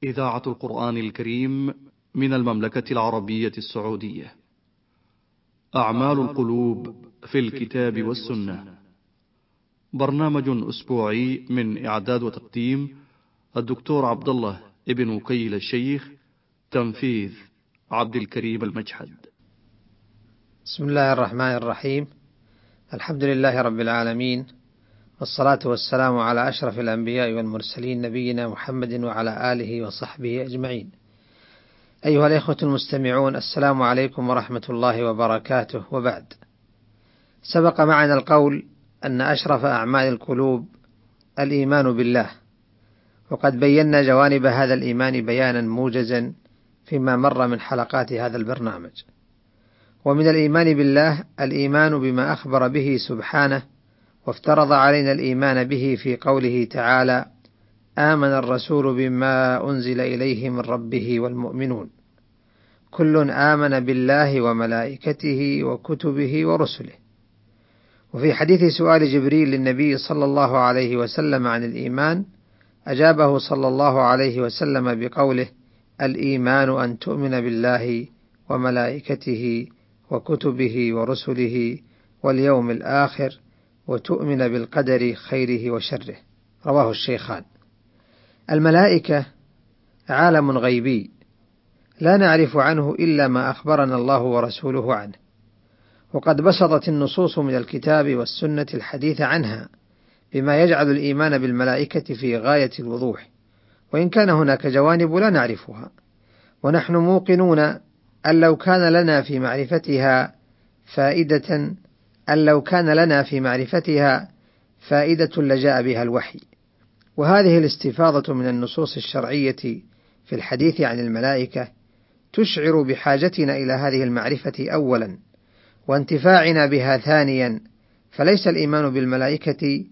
إذاعة القرآن الكريم من المملكة العربية السعودية. أعمال القلوب في الكتاب والسنة، برنامج أسبوعي من إعداد وتقديم الدكتور عبد الله ابن وكيل الشيخ، تنفيذ عبد الكريم المجحد. بسم الله الرحمن الرحيم. الحمد لله رب العالمين، والصلاة والسلام على أشرف الأنبياء والمرسلين نبينا محمد وعلى آله وصحبه أجمعين. أيها الإخوة المستمعون، السلام عليكم ورحمة الله وبركاته. وبعد، سبق معنا القول أن أشرف أعمال القلوب الإيمان بالله، وقد بينا جوانب هذا الإيمان بيانا موجزا فيما مر من حلقات هذا البرنامج. ومن الإيمان بالله الإيمان بما أخبر به سبحانه وافترض علينا الإيمان به في قوله تعالى: آمن الرسول بما أنزل إليه من ربه والمؤمنون كل آمن بالله وملائكته وكتبه ورسله. وفي حديث سؤال جبريل للنبي صلى الله عليه وسلم عن الإيمان، أجابه صلى الله عليه وسلم بقوله: الإيمان أن تؤمن بالله وملائكته وكتبه ورسله واليوم الآخر وتؤمن بالقدر خيره وشره. رواه الشيخان. الملائكة عالم غيبي لا نعرف عنه إلا ما أخبرنا الله ورسوله عنه، وقد بسطت النصوص من الكتاب والسنة الحديث عنها بما يجعل الإيمان بالملائكة في غاية الوضوح، وإن كان هناك جوانب لا نعرفها، ونحن موقنون أن لو كان لنا في معرفتها فائدة لجاء بها الوحي. وهذه الاستفاضة من النصوص الشرعية في الحديث عن الملائكة تشعر بحاجتنا إلى هذه المعرفة أولا، وانتفاعنا بها ثانيا. فليس الإيمان بالملائكة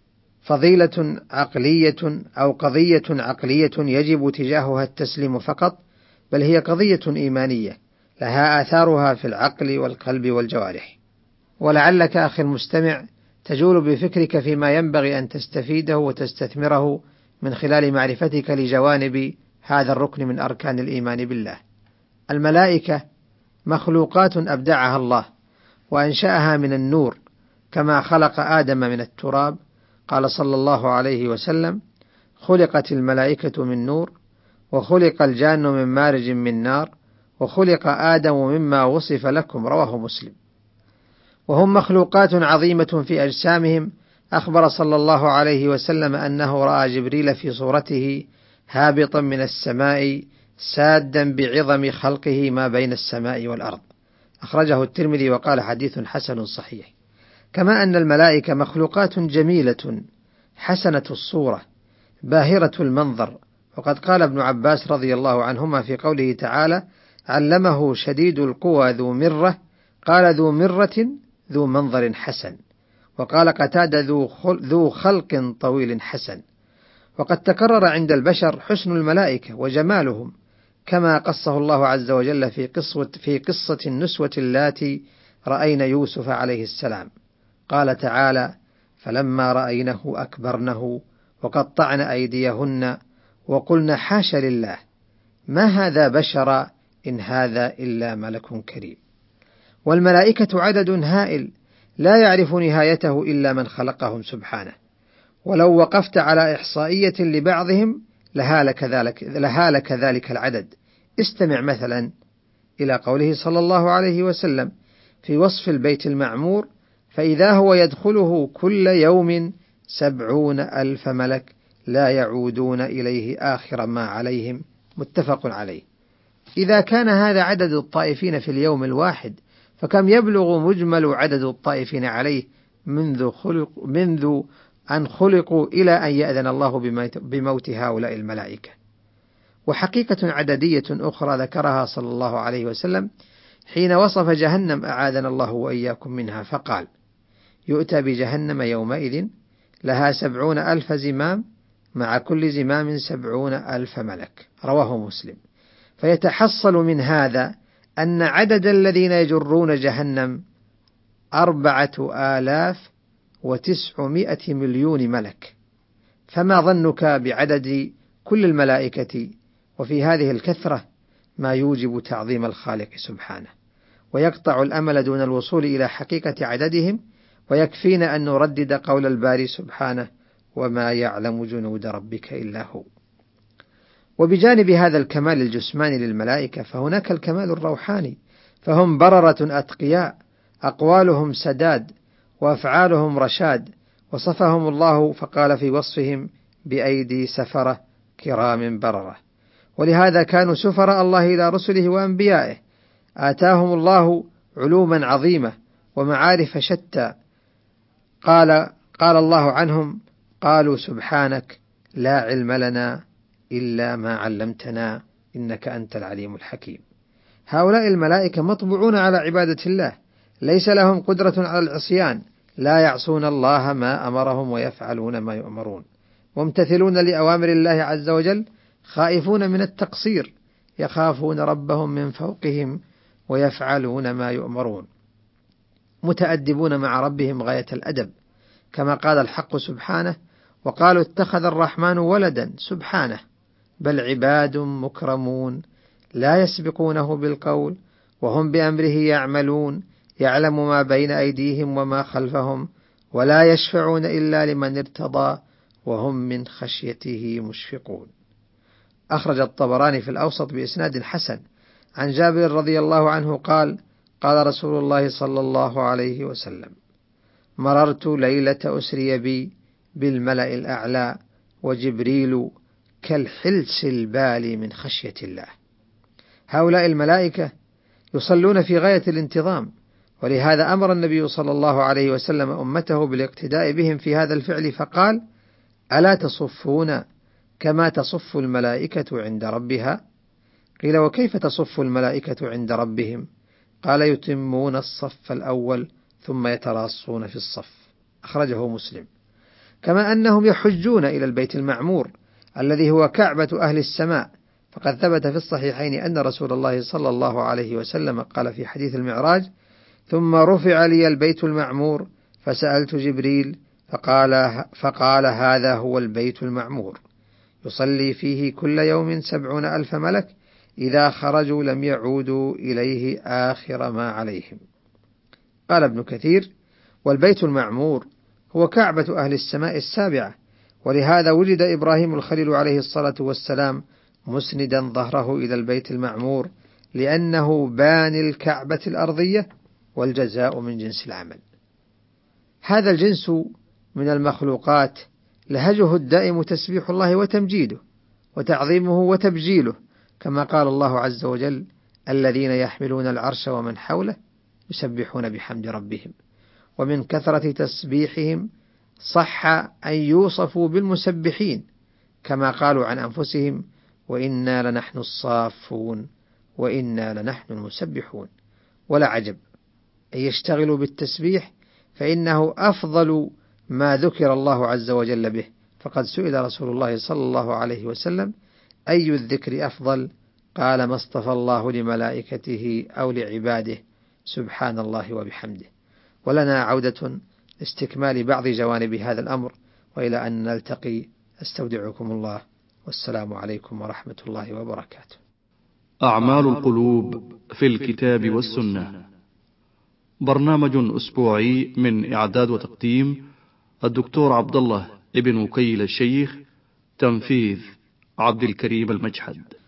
فضيلة عقلية أو قضية عقلية يجب تجاهها التسليم فقط، بل هي قضية إيمانية لها آثارها في العقل والقلب والجوارح. ولعلك أخي المستمع تجول بفكرك فيما ينبغي أن تستفيده وتستثمره من خلال معرفتك لجوانب هذا الركن من أركان الإيمان بالله. الملائكة مخلوقات أبدعها الله وأنشأها من النور، كما خلق آدم من التراب. قال صلى الله عليه وسلم: خلقت الملائكة من نور، وخلق الجان من مارج من نار، وخلق آدم مما وصف لكم. رواه مسلم. وهم مخلوقات عظيمة في أجسامهم. أخبر صلى الله عليه وسلم أنه رأى جبريل في صورته هابطا من السماء سادا بعظم خلقه ما بين السماء والأرض. أخرجه الترمذي وقال: حديث حسن صحيح. كما أن الملائكة مخلوقات جميلة حسنة الصورة باهرة المنظر. وقد قال ابن عباس رضي الله عنهما في قوله تعالى: علمه شديد القوى ذو مرة، قال ذو مرة ذو منظر حسن. وقال قتادة ذو خلق طويل حسن. وقد تكرر عند البشر حسن الملائكة وجمالهم، كما قصه الله عز وجل في قصة النسوة اللاتي رأين يوسف عليه السلام. قال تعالى: فلما رأينه أكبرنه وقطعن أيديهن وقلن حاش لله ما هذا بشرا إن هذا إلا ملك كريم. والملائكة عدد هائل لا يعرف نهايته إلا من خلقهم سبحانه، ولو وقفت على إحصائية لبعضهم لهالك ذلك العدد. استمع مثلا إلى قوله صلى الله عليه وسلم في وصف البيت المعمور: فإذا هو يدخله كل يوم 70,000 ملك لا يعودون إليه آخر ما عليهم. متفق عليه. إذا كان هذا عدد الطائفين في اليوم الواحد، فكم يبلغ مجمل عدد الطائفين عليه منذ أن خلقوا إلى أن يأذن الله بموت هؤلاء الملائكة. وحقيقة عددية أخرى ذكرها صلى الله عليه وسلم حين وصف جهنم، أعاذنا الله وإياكم منها، فقال: يؤتى بجهنم يومئذ لها 70,000 زمام، مع كل زمام 70,000 ملك. رواه مسلم. فيتحصل من هذا أن عدد الذين يجرون جهنم 4,900 مليون ملك. فما ظنك بعدد كل الملائكة وفي هذه الكثرة ما يوجب تعظيم الخالق سبحانه، ويقطع الأمل دون الوصول إلى حقيقة عددهم، ويكفينا أن نردد قول الباري سبحانه: وما يعلم جنود ربك إلا هو. وبجانب هذا الكمال الجسماني للملائكة فهناك الكمال الروحاني، فهم بررة أتقياء، أقوالهم سداد وأفعالهم رشاد، وصفهم الله فقال في وصفهم: بأيدي سفرة كرام بررة. ولهذا كانوا سفراء الله إلى رسله وأنبيائه، آتاهم الله علوما عظيمة ومعارف شتى. قال الله عنهم: قالوا سبحانك لا علم لنا إلا ما علمتنا إنك أنت العليم الحكيم. هؤلاء الملائكة مطبوعون على عبادة الله، ليس لهم قدرة على العصيان، لا يعصون الله ما أمرهم ويفعلون ما يؤمرون، ممتثلون لأوامر الله عز وجل، خائفون من التقصير، يخافون ربهم من فوقهم ويفعلون ما يؤمرون، متأدبون مع ربهم غاية الأدب، كما قال الحق سبحانه: وقالوا اتخذ الرحمن ولدا سبحانه بل عباد مكرمون لا يسبقونه بالقول وهم بأمره يعملون يعلم ما بين أيديهم وما خلفهم ولا يشفعون إلا لمن ارتضى وهم من خشيته مشفقون. أخرج الطبراني في الأوسط بإسناد حسن عن جابر رضي الله عنه قال: قال رسول الله صلى الله عليه وسلم: مررت ليلة أسري بي بالملأ الأعلى وجبريل كالحلس البالي من خشية الله. هؤلاء الملائكة يصلون في غاية الانتظام، ولهذا أمر النبي صلى الله عليه وسلم أمته بالاقتداء بهم في هذا الفعل فقال: ألا تصفون كما تصف الملائكة عند ربها؟ قيل: وكيف تصف الملائكة عند ربهم؟ قال: يتمون الصف الأول ثم يتراصون في الصف. أخرجه مسلم. كما أنهم يحجون إلى البيت المعمور الذي هو كعبة أهل السماء، فقد ثبت في الصحيحين أن رسول الله صلى الله عليه وسلم قال في حديث المعراج: ثم رفع لي البيت المعمور فسألت جبريل فقال هذا هو البيت المعمور يصلي فيه كل يوم 70,000 ملك إذا خرجوا لم يعودوا إليه آخر ما عليهم. قال ابن كثير: والبيت المعمور هو كعبة أهل السماء السابعة، ولهذا وجد إبراهيم الخليل عليه الصلاة والسلام مسندا ظهره إلى البيت المعمور، لأنه باني الكعبة الأرضية، والجزاء من جنس العمل. هذا الجنس من المخلوقات لهجه الدائم تسبيح الله وتمجيده وتعظيمه وتبجيله، كما قال الله عز وجل: الذين يحملون العرش ومن حوله يسبحون بحمد ربهم. ومن كثرة تسبيحهم صح أن يوصفوا بالمسبحين، كما قالوا عن أنفسهم: وإنا لنحن الصافون وإنا لنحن المسبحون. ولا عجب أن يشتغلوا بالتسبيح، فإنه أفضل ما ذكر الله عز وجل به، فقد سئل رسول الله صلى الله عليه وسلم: أي الذكر أفضل؟ قال: ما اصطفى الله لملائكته أو لعباده سبحان الله وبحمده. ولنا عودة لاستكمال بعض جوانب هذا الأمر، وإلى أن نلتقي أستودعكم الله، والسلام عليكم ورحمة الله وبركاته. أعمال القلوب في الكتاب والسنة، برنامج أسبوعي من إعداد وتقديم الدكتور عبد الله ابن وكيل الشيخ، تنفيذ عبد الكريم المجحد.